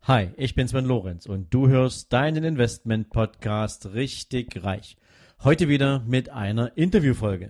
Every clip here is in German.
Hi, ich bin Sven Lorenz und du hörst deinen Investment-Podcast Richtig Reich. Heute wieder mit einer Interviewfolge.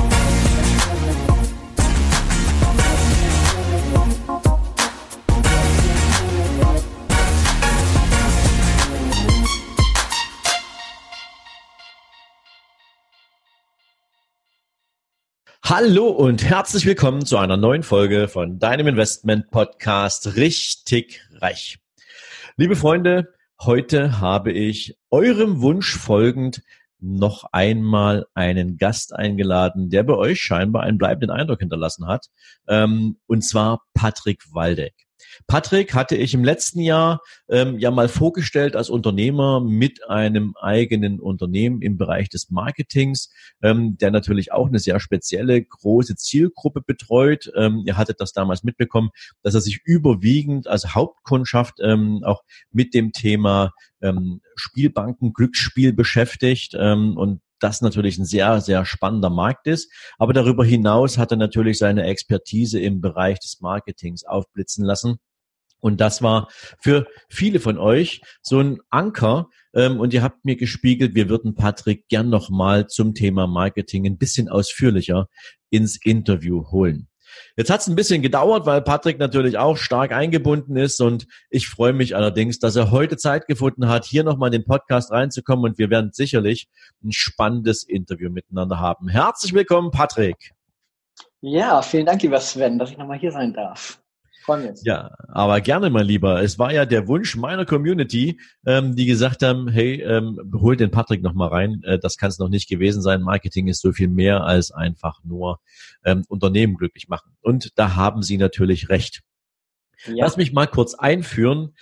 Hallo und herzlich willkommen zu einer neuen Folge von deinem Investment-Podcast Richtig Reich. Liebe Freunde, heute habe ich eurem Wunsch folgend noch einmal einen Gast eingeladen, der bei euch scheinbar einen bleibenden Eindruck hinterlassen hat, und zwar Patrick Waldeck. Patrick hatte ich im letzten Jahr ja mal vorgestellt als Unternehmer mit einem eigenen Unternehmen im Bereich des Marketings, der natürlich auch eine sehr spezielle, große Zielgruppe betreut. Ihr hattet das damals mitbekommen, dass er sich überwiegend als Hauptkundschaft auch mit dem Thema Spielbanken, Glücksspiel beschäftigt und das natürlich ein sehr, sehr spannender Markt ist. Aber darüber hinaus hat er natürlich seine Expertise im Bereich des Marketings aufblitzen lassen. Und das war für viele von euch so ein Anker. Und ihr habt mir gespiegelt, wir würden Patrick gern nochmal zum Thema Marketing ein bisschen ausführlicher ins Interview holen. Jetzt hat es ein bisschen gedauert, weil Patrick natürlich auch stark eingebunden ist und ich freue mich allerdings, dass er heute Zeit gefunden hat, hier nochmal in den Podcast reinzukommen und wir werden sicherlich ein spannendes Interview miteinander haben. Herzlich willkommen, Patrick. Ja, vielen Dank, lieber Sven, dass ich nochmal hier sein darf. Freuen wir uns. Ja, aber gerne, mein Lieber. Es war ja der Wunsch meiner Community, die gesagt haben, hey, hol den Patrick noch mal rein. Das kann es noch nicht gewesen sein. Marketing ist so viel mehr als einfach nur Unternehmen glücklich machen. Und da haben Sie natürlich recht. Ja. Lass mich mal kurz einführen.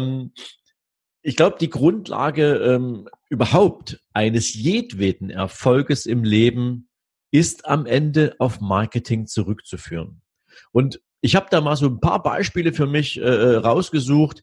Ich glaube, die Grundlage überhaupt eines jedweden Erfolges im Leben ist am Ende auf Marketing zurückzuführen. Und ich habe da mal so ein paar Beispiele für mich rausgesucht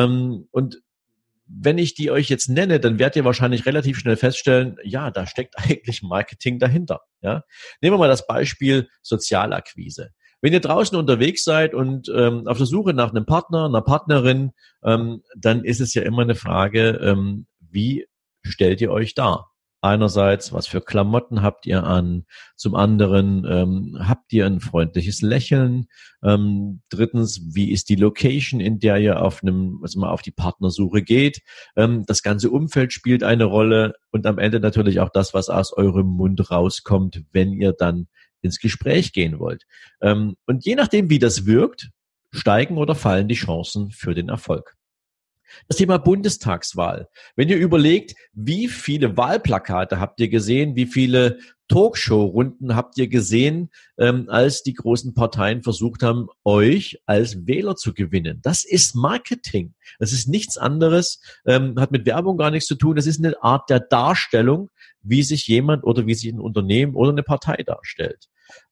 und wenn ich die euch jetzt nenne, dann werdet ihr wahrscheinlich relativ schnell feststellen, ja, da steckt eigentlich Marketing dahinter. Ja? Nehmen wir mal das Beispiel Sozialakquise. Wenn ihr draußen unterwegs seid und auf der Suche nach einem Partner, einer Partnerin, dann ist es ja immer eine Frage, wie stellt ihr euch dar? Einerseits, was für Klamotten habt ihr an? Zum anderen, habt ihr ein freundliches Lächeln? Drittens, wie ist die Location, in der ihr auf die Partnersuche geht? Das ganze Umfeld spielt eine Rolle und am Ende natürlich auch das, was aus eurem Mund rauskommt, wenn ihr dann ins Gespräch gehen wollt. Und je nachdem, wie das wirkt, steigen oder fallen die Chancen für den Erfolg. Das Thema Bundestagswahl. Wenn ihr überlegt, wie viele Wahlplakate habt ihr gesehen, wie viele Talkshow-Runden habt ihr gesehen, als die großen Parteien versucht haben, euch als Wähler zu gewinnen. Das ist Marketing. Das ist nichts anderes, hat mit Werbung gar nichts zu tun. Das ist eine Art der Darstellung, wie sich jemand oder wie sich ein Unternehmen oder eine Partei darstellt.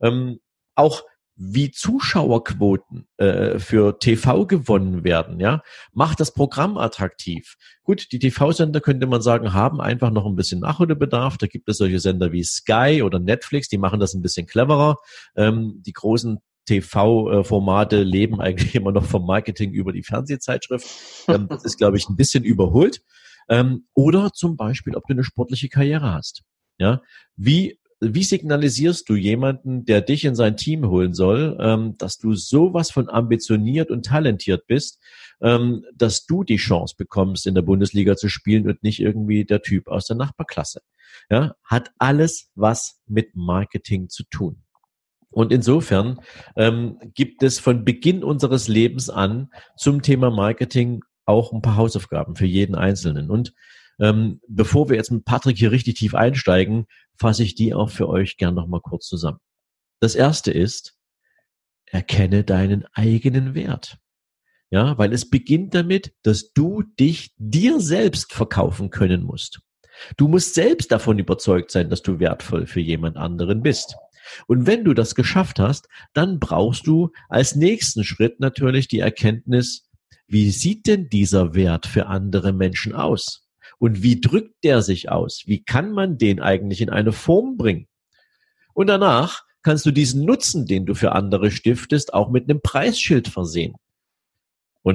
Auch wie Zuschauerquoten für TV gewonnen werden, ja, macht das Programm attraktiv. Gut, die TV-Sender, könnte man sagen, haben einfach noch ein bisschen Nachholbedarf. Da gibt es solche Sender wie Sky oder Netflix, die machen das ein bisschen cleverer. Die großen TV-Formate leben eigentlich immer noch vom Marketing über die Fernsehzeitschrift. Das ist, glaube ich, ein bisschen überholt. Oder zum Beispiel, ob du eine sportliche Karriere hast. Ja, wie signalisierst du jemanden, der dich in sein Team holen soll, dass du sowas von ambitioniert und talentiert bist, dass du die Chance bekommst, in der Bundesliga zu spielen und nicht irgendwie der Typ aus der Nachbarklasse? Ja, hat alles was mit Marketing zu tun. Und insofern gibt es von Beginn unseres Lebens an zum Thema Marketing auch ein paar Hausaufgaben für jeden Einzelnen. Und bevor wir jetzt mit Patrick hier richtig tief einsteigen, fasse ich die auch für euch gern noch mal kurz zusammen. Das erste ist, erkenne deinen eigenen Wert. Ja, weil es beginnt damit, dass du dich dir selbst verkaufen können musst. Du musst selbst davon überzeugt sein, dass du wertvoll für jemand anderen bist. Und wenn du das geschafft hast, dann brauchst du als nächsten Schritt natürlich die Erkenntnis, wie sieht denn dieser Wert für andere Menschen aus? Und wie drückt der sich aus? Wie kann man den eigentlich in eine Form bringen? Und danach kannst du diesen Nutzen, den du für andere stiftest, auch mit einem Preisschild versehen. Und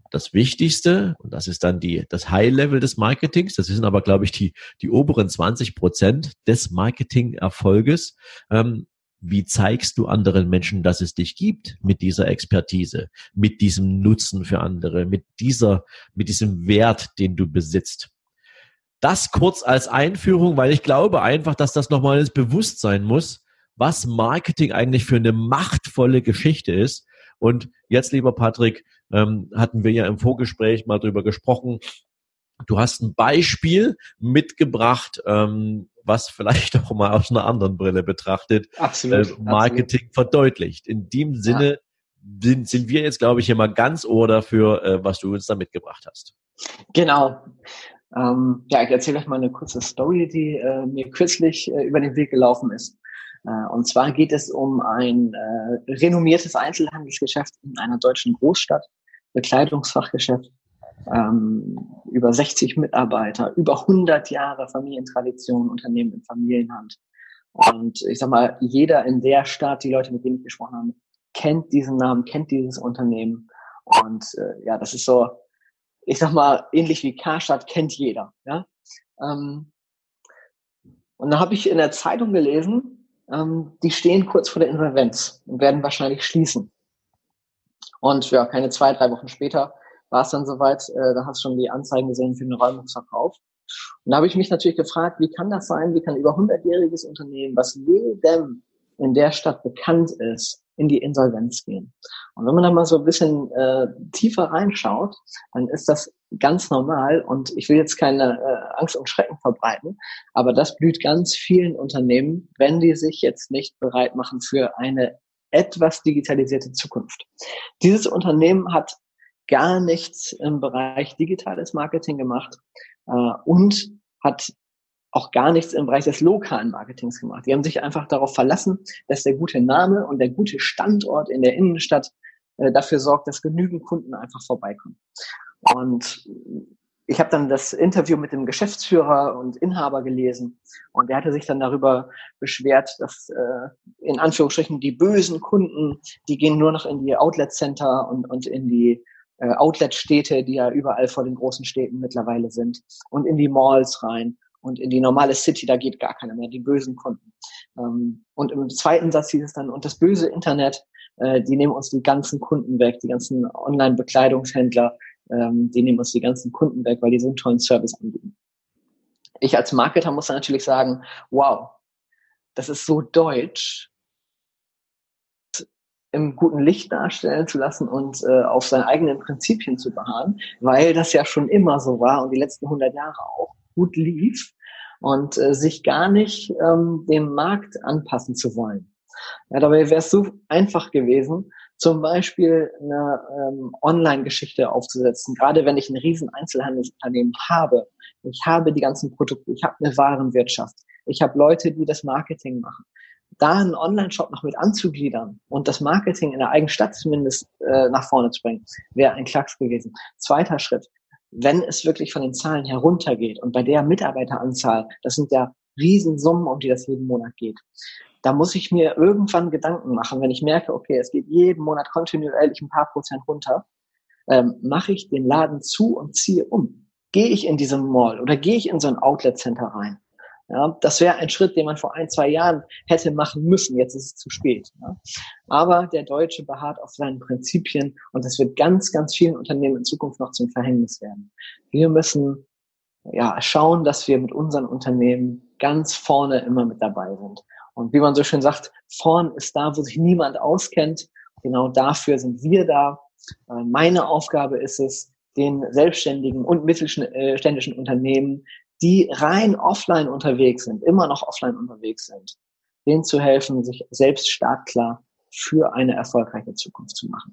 das Wichtigste, und das ist dann das High-Level des Marketings, das sind aber, glaube ich, die oberen 20% des Marketing-Erfolges. Wie zeigst du anderen Menschen, dass es dich gibt mit dieser Expertise, mit diesem Nutzen für andere, mit diesem Wert, den du besitzt? Das kurz als Einführung, weil ich glaube einfach, dass das nochmal ins Bewusstsein muss, was Marketing eigentlich für eine machtvolle Geschichte ist. Und jetzt, lieber Patrick, hatten wir ja im Vorgespräch mal drüber gesprochen. Du hast ein Beispiel mitgebracht, was vielleicht auch mal aus einer anderen Brille betrachtet, Marketing verdeutlicht. In dem Sinne sind wir jetzt, glaube ich, immer ganz ohr dafür, was du uns da mitgebracht hast. Genau. Ich erzähle euch mal eine kurze Story, die mir kürzlich über den Weg gelaufen ist. Und zwar geht es um ein renommiertes Einzelhandelsgeschäft in einer deutschen Großstadt, Bekleidungsfachgeschäft, über 60 Mitarbeiter, über 100 Jahre Familientradition, Unternehmen in Familienhand. Und ich sag mal, jeder in der Stadt, die Leute, mit denen ich gesprochen habe, kennt diesen Namen, kennt dieses Unternehmen. Und das ist so, ich sag mal, ähnlich wie Karstadt kennt jeder. Ja? Und dann habe ich in der Zeitung gelesen, die stehen kurz vor der Insolvenz und werden wahrscheinlich schließen. Und ja, keine 2-3 Wochen später war es dann soweit, da hast du schon die Anzeigen gesehen für den Räumungsverkauf. Und da habe ich mich natürlich gefragt, wie kann das sein, wie kann über 100-jähriges Unternehmen, was jedem in der Stadt bekannt ist, in die Insolvenz gehen. Und wenn man da mal so ein bisschen tiefer reinschaut, dann ist das ganz normal und ich will jetzt keine Angst und Schrecken verbreiten, aber das blüht ganz vielen Unternehmen, wenn die sich jetzt nicht bereit machen für eine etwas digitalisierte Zukunft. Dieses Unternehmen hat gar nichts im Bereich digitales Marketing gemacht und hat auch gar nichts im Bereich des lokalen Marketings gemacht. Die haben sich einfach darauf verlassen, dass der gute Name und der gute Standort in der Innenstadt dafür sorgt, dass genügend Kunden einfach vorbeikommen. Und ich habe dann das Interview mit dem Geschäftsführer und Inhaber gelesen und der hatte sich dann darüber beschwert, dass in Anführungsstrichen die bösen Kunden, die gehen nur noch in die Outlet-Center und in die Outlet-Städte, die ja überall vor den großen Städten mittlerweile sind und in die Malls rein. Und in die normale City, da geht gar keiner mehr, die bösen Kunden. Und im zweiten Satz hieß es dann, und das böse Internet, die nehmen uns die ganzen Kunden weg, die ganzen Online-Bekleidungshändler, die nehmen uns die ganzen Kunden weg, weil die so einen tollen Service anbieten. Ich als Marketer muss dann natürlich sagen, wow, das ist so deutsch, im guten Licht darstellen zu lassen und auf seinen eigenen Prinzipien zu beharren, weil das ja schon immer so war und die letzten 100 Jahre auch gut lief und sich gar nicht dem Markt anpassen zu wollen. Ja, dabei wäre es so einfach gewesen, zum Beispiel eine Online-Geschichte aufzusetzen, gerade wenn ich ein riesen Einzelhandelsunternehmen habe. Ich habe die ganzen Produkte, ich habe eine Warenwirtschaft, ich habe Leute, die das Marketing machen. Da einen Online-Shop noch mit anzugliedern und das Marketing in der eigenen Stadt zumindest nach vorne zu bringen, wäre ein Klacks gewesen. Zweiter Schritt. Wenn es wirklich von den Zahlen heruntergeht und bei der Mitarbeiteranzahl, das sind ja Riesensummen, um die das jeden Monat geht, da muss ich mir irgendwann Gedanken machen, wenn ich merke, okay, es geht jeden Monat kontinuierlich ein paar Prozent runter, mache ich den Laden zu und ziehe um. Gehe ich in diese Mall oder gehe ich in so ein Outlet-Center rein? Ja, das wäre ein Schritt, den man vor 1-2 Jahren hätte machen müssen. Jetzt ist es zu spät. Ja. Aber der Deutsche beharrt auf seinen Prinzipien und das wird ganz, ganz vielen Unternehmen in Zukunft noch zum Verhängnis werden. Wir müssen schauen, dass wir mit unseren Unternehmen ganz vorne immer mit dabei sind. Und wie man so schön sagt, vorn ist da, wo sich niemand auskennt. Genau dafür sind wir da. Meine Aufgabe ist es, den selbstständigen und mittelständischen Unternehmen, die rein offline unterwegs sind, immer noch offline unterwegs sind, denen zu helfen, sich selbst startklar für eine erfolgreiche Zukunft zu machen.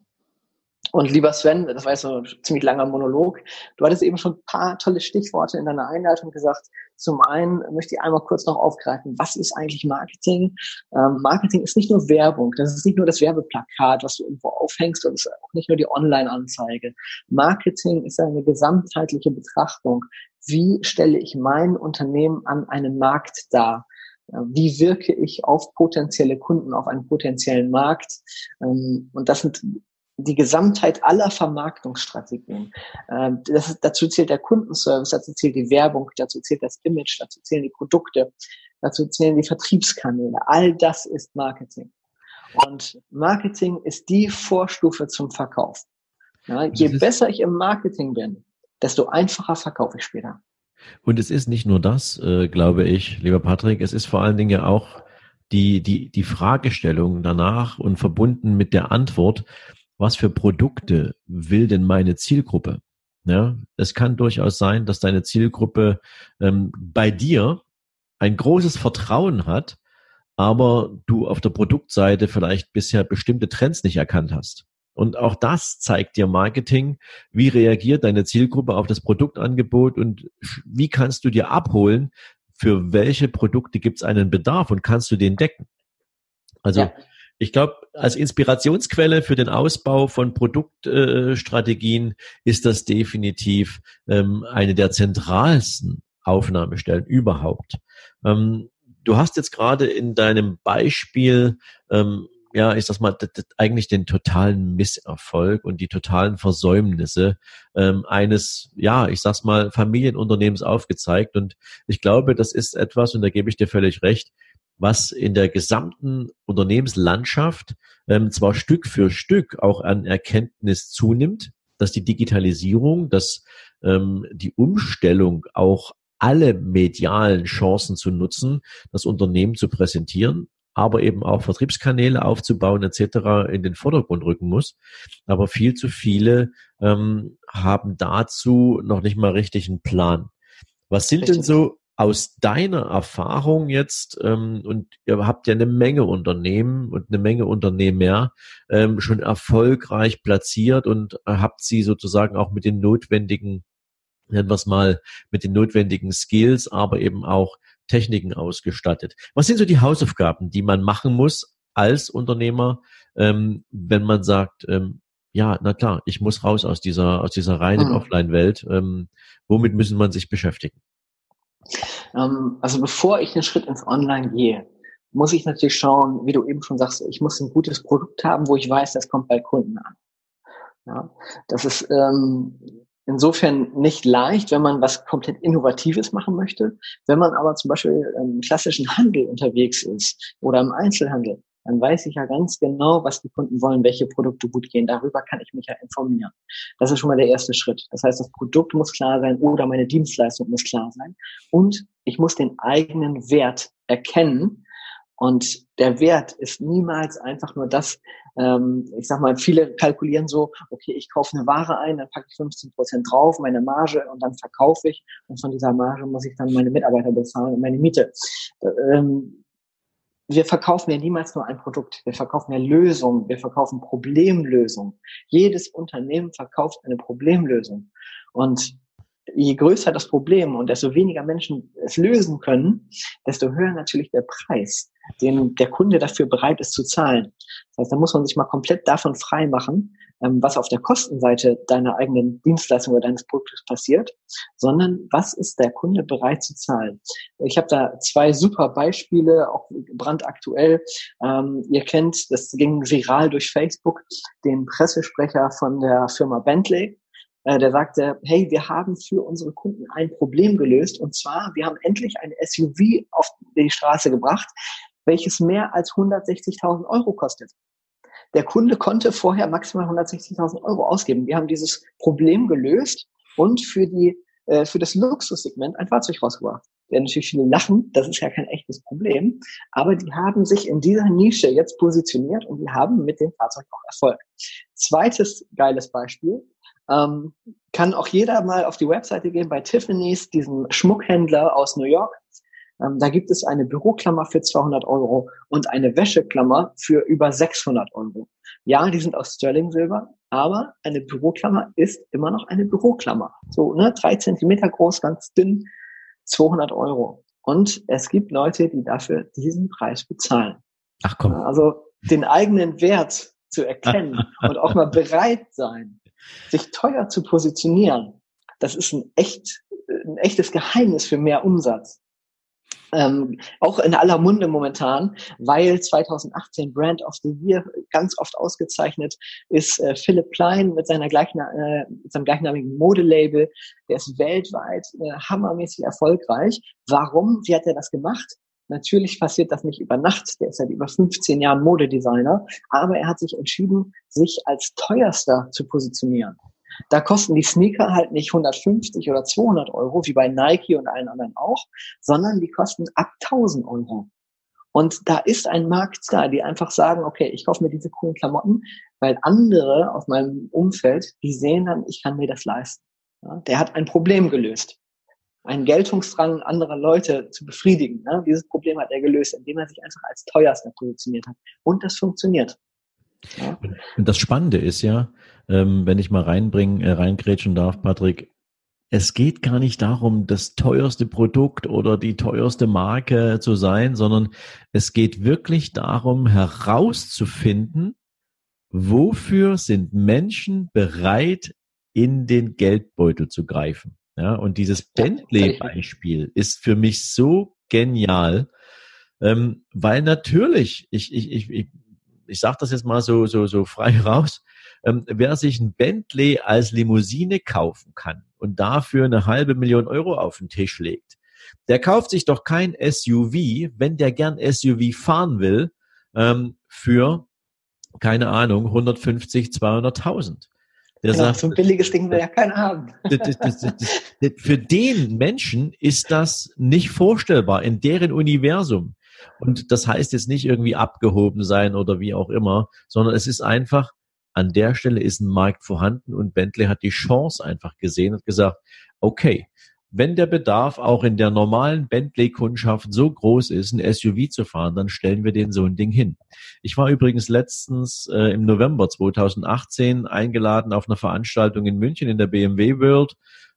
Und lieber Sven, das war jetzt so ein ziemlich langer Monolog, du hattest eben schon ein paar tolle Stichworte in deiner Einleitung gesagt. Zum einen möchte ich einmal kurz noch aufgreifen, was ist eigentlich Marketing? Marketing ist nicht nur Werbung, das ist nicht nur das Werbeplakat, was du irgendwo aufhängst, und es ist auch nicht nur die Online-Anzeige. Marketing ist eine gesamtheitliche Betrachtung. Wie stelle ich mein Unternehmen an einem Markt dar? Wie wirke ich auf potenzielle Kunden, auf einen potenziellen Markt? Und das sind die Gesamtheit aller Vermarktungsstrategien. Dazu zählt der Kundenservice, dazu zählt die Werbung, dazu zählt das Image, dazu zählen die Produkte, dazu zählen die Vertriebskanäle. All das ist Marketing. Und Marketing ist die Vorstufe zum Verkauf. Ja, je besser ich im Marketing bin, desto einfacher verkaufe ich später. Und es ist nicht nur das, glaube ich, lieber Patrick, es ist vor allen Dingen ja auch die Fragestellung danach und verbunden mit der Antwort, was für Produkte will denn meine Zielgruppe? Ja, es kann durchaus sein, dass deine Zielgruppe bei dir ein großes Vertrauen hat, aber du auf der Produktseite vielleicht bisher bestimmte Trends nicht erkannt hast. Und auch das zeigt dir Marketing, wie reagiert deine Zielgruppe auf das Produktangebot und wie kannst du dir abholen, für welche Produkte gibt es einen Bedarf und kannst du den decken. Also ich glaube, als Inspirationsquelle für den Ausbau von Produktstrategien ist das definitiv eine der zentralsten Aufnahmestellen überhaupt. Du hast jetzt gerade in deinem Beispiel ich sag mal, eigentlich den totalen Misserfolg und die totalen Versäumnisse eines, ich sag's mal, Familienunternehmens aufgezeigt. Und ich glaube, das ist etwas, und da gebe ich dir völlig recht, was in der gesamten Unternehmenslandschaft zwar Stück für Stück auch an Erkenntnis zunimmt, dass die Digitalisierung, dass die Umstellung auch alle medialen Chancen zu nutzen, das Unternehmen zu präsentieren, aber eben auch Vertriebskanäle aufzubauen etc. in den Vordergrund rücken muss. Aber viel zu viele haben dazu noch nicht mal richtig einen Plan. Was sind denn so aus deiner Erfahrung jetzt, und ihr habt ja eine Menge Unternehmen und eine Menge Unternehmer schon erfolgreich platziert und habt sie sozusagen auch mit den notwendigen, nennen wir es mal, mit den notwendigen Skills, aber eben auch Techniken ausgestattet. Was sind so die Hausaufgaben, die man machen muss als Unternehmer, wenn man sagt, na klar, ich muss raus aus dieser reinen Offline-Welt. Womit müssen man sich beschäftigen? Also bevor ich einen Schritt ins Online gehe, muss ich natürlich schauen, wie du eben schon sagst, ich muss ein gutes Produkt haben, wo ich weiß, das kommt bei Kunden an. Ja, das ist insofern nicht leicht, wenn man was komplett Innovatives machen möchte. Wenn man aber zum Beispiel im klassischen Handel unterwegs ist oder im Einzelhandel, dann weiß ich ja ganz genau, was die Kunden wollen, welche Produkte gut gehen. Darüber kann ich mich ja informieren. Das ist schon mal der erste Schritt. Das heißt, das Produkt muss klar sein oder meine Dienstleistung muss klar sein. Und ich muss den eigenen Wert erkennen. Und der Wert ist niemals einfach nur das, ich sag mal, viele kalkulieren so, okay, ich kaufe eine Ware ein, dann packe ich 15% drauf, meine Marge, und dann verkaufe ich. Und von dieser Marge muss ich dann meine Mitarbeiter bezahlen und meine Miete. Wir verkaufen ja niemals nur ein Produkt. Wir verkaufen ja Lösungen. Wir verkaufen Problemlösungen. Jedes Unternehmen verkauft eine Problemlösung. Und je größer das Problem und desto weniger Menschen es lösen können, desto höher natürlich der Preis, den der Kunde dafür bereit ist zu zahlen. Das heißt, da muss man sich mal komplett davon frei machen, was auf der Kostenseite deiner eigenen Dienstleistung oder deines Produktes passiert, sondern was ist der Kunde bereit zu zahlen. Ich habe da 2 super Beispiele, auch brandaktuell. Ihr kennt, das ging viral durch Facebook, den Pressesprecher von der Firma Bentley. Der sagte, hey, wir haben für unsere Kunden ein Problem gelöst, und zwar, wir haben endlich ein SUV auf die Straße gebracht, welches mehr als 160.000 Euro kostet. Der Kunde konnte vorher maximal 160.000 Euro ausgeben. Wir haben dieses Problem gelöst und für das Luxussegment ein Fahrzeug rausgebracht. Ja, natürlich viele lachen, das ist ja kein echtes Problem, aber die haben sich in dieser Nische jetzt positioniert und die haben mit dem Fahrzeug auch Erfolg. Zweites geiles Beispiel. Kann auch jeder mal auf die Webseite gehen bei Tiffany's, diesem Schmuckhändler aus New York. Da gibt es eine Büroklammer für 200 Euro und eine Wäscheklammer für über 600 Euro. Ja, die sind aus Sterling-Silber, aber eine Büroklammer ist immer noch eine Büroklammer. So, 3 Zentimeter groß, ganz dünn, 200 Euro. Und es gibt Leute, die dafür diesen Preis bezahlen. Ach komm. Also den eigenen Wert zu erkennen und auch mal bereit sein, sich teuer zu positionieren, das ist ein echtes Geheimnis für mehr Umsatz. Auch in aller Munde momentan, weil 2018 Brand of the Year ganz oft ausgezeichnet ist. Philipp Plein mit seinem gleichnamigen Modelabel, der ist weltweit hammermäßig erfolgreich. Warum? Wie hat er das gemacht? Natürlich passiert das nicht über Nacht, der ist seit über 15 Jahren Modedesigner, aber er hat sich entschieden, sich als teuerster zu positionieren. Da kosten die Sneaker halt nicht 150 oder 200 Euro, wie bei Nike und allen anderen auch, sondern die kosten ab 1000 Euro. Und da ist ein Markt da, die einfach sagen, okay, ich kaufe mir diese coolen Klamotten, weil andere aus meinem Umfeld, die sehen dann, ich kann mir das leisten. Ja, der hat ein Problem gelöst. Einen Geltungsdrang anderer Leute zu befriedigen. Ja, dieses Problem hat er gelöst, indem er sich einfach als teuerster positioniert hat. Und das funktioniert. Ja. Und das Spannende ist ja, wenn ich mal reingrätschen darf, Patrick, es geht gar nicht darum, das teuerste Produkt oder die teuerste Marke zu sein, sondern es geht wirklich darum, herauszufinden, wofür sind Menschen bereit, in den Geldbeutel zu greifen. Ja, und dieses Bentley-Beispiel ist für mich so genial, weil natürlich, ich sage das jetzt mal so frei raus, wer sich ein Bentley als Limousine kaufen kann und dafür 500.000 Euro auf den Tisch legt, der kauft sich doch kein SUV, wenn der gern SUV fahren will, für, keine Ahnung, 150, 200.000. Der genau, sagt, so ein billiges Ding will ja keiner haben. Für den Menschen ist das nicht vorstellbar in deren Universum. Und das heißt jetzt nicht irgendwie abgehoben sein oder wie auch immer, sondern es ist einfach, an der Stelle ist ein Markt vorhanden und Bentley hat die Chance einfach gesehen und gesagt, okay, wenn der Bedarf auch in der normalen Bentley-Kundschaft so groß ist, ein SUV zu fahren, dann stellen wir denen so ein Ding hin. Ich war übrigens letztens im November 2018 eingeladen auf einer Veranstaltung in München in der BMW World.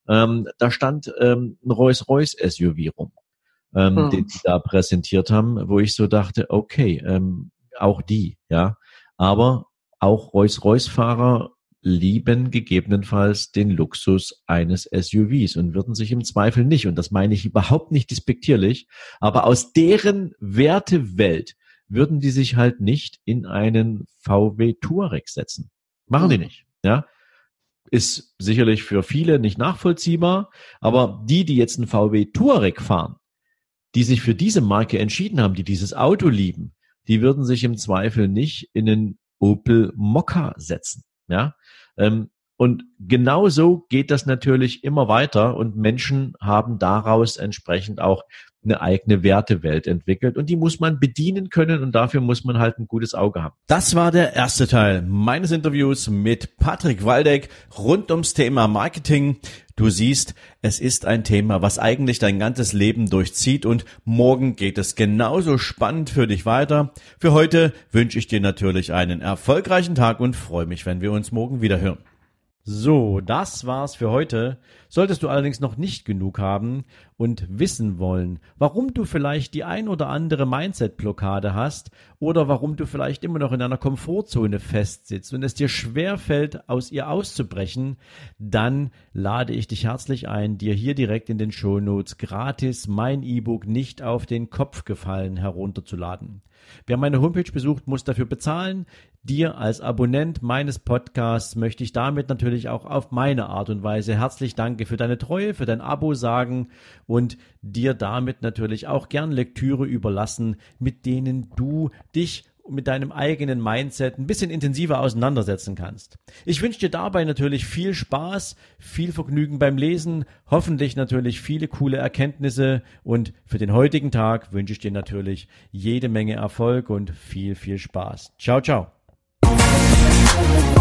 Da stand ein Rolls-Royce SUV rum, den die da präsentiert haben, wo ich so dachte, okay, auch die, ja, aber auch Rolls-Royce-Fahrer lieben gegebenenfalls den Luxus eines SUVs und würden sich im Zweifel nicht, und das meine ich überhaupt nicht despektierlich, aber aus deren Wertewelt würden die sich halt nicht in einen VW Touareg setzen. Machen die nicht, ja. Ist sicherlich für viele nicht nachvollziehbar, aber die jetzt einen VW Touareg fahren, die sich für diese Marke entschieden haben, die dieses Auto lieben, die würden sich im Zweifel nicht in einen Opel Mokka setzen. Ja, und genauso geht das natürlich immer weiter und Menschen haben daraus entsprechend auch eine eigene Wertewelt entwickelt und die muss man bedienen können und dafür muss man halt ein gutes Auge haben. Das war der erste Teil meines Interviews mit Patrick Waldeck rund ums Thema Marketing. Du siehst, es ist ein Thema, was eigentlich dein ganzes Leben durchzieht und morgen geht es genauso spannend für dich weiter. Für heute wünsche ich dir natürlich einen erfolgreichen Tag und freue mich, wenn wir uns morgen wieder hören. So, das war's für heute. Solltest du allerdings noch nicht genug haben und wissen wollen, warum du vielleicht die ein oder andere Mindset-Blockade hast oder warum du vielleicht immer noch in einer Komfortzone festsitzt und es dir schwerfällt, aus ihr auszubrechen, dann lade ich dich herzlich ein, dir hier direkt in den Shownotes gratis mein E-Book Nicht auf den Kopf gefallen herunterzuladen. Wer meine Homepage besucht, muss dafür bezahlen. Dir als Abonnent meines Podcasts möchte ich damit natürlich auch auf meine Art und Weise herzlich danke für deine Treue, für dein Abo sagen und dir damit natürlich auch gern Lektüre überlassen, mit denen du dich mit deinem eigenen Mindset ein bisschen intensiver auseinandersetzen kannst. Ich wünsche dir dabei natürlich viel Spaß, viel Vergnügen beim Lesen, hoffentlich natürlich viele coole Erkenntnisse und für den heutigen Tag wünsche ich dir natürlich jede Menge Erfolg und viel, viel Spaß. Ciao, ciao.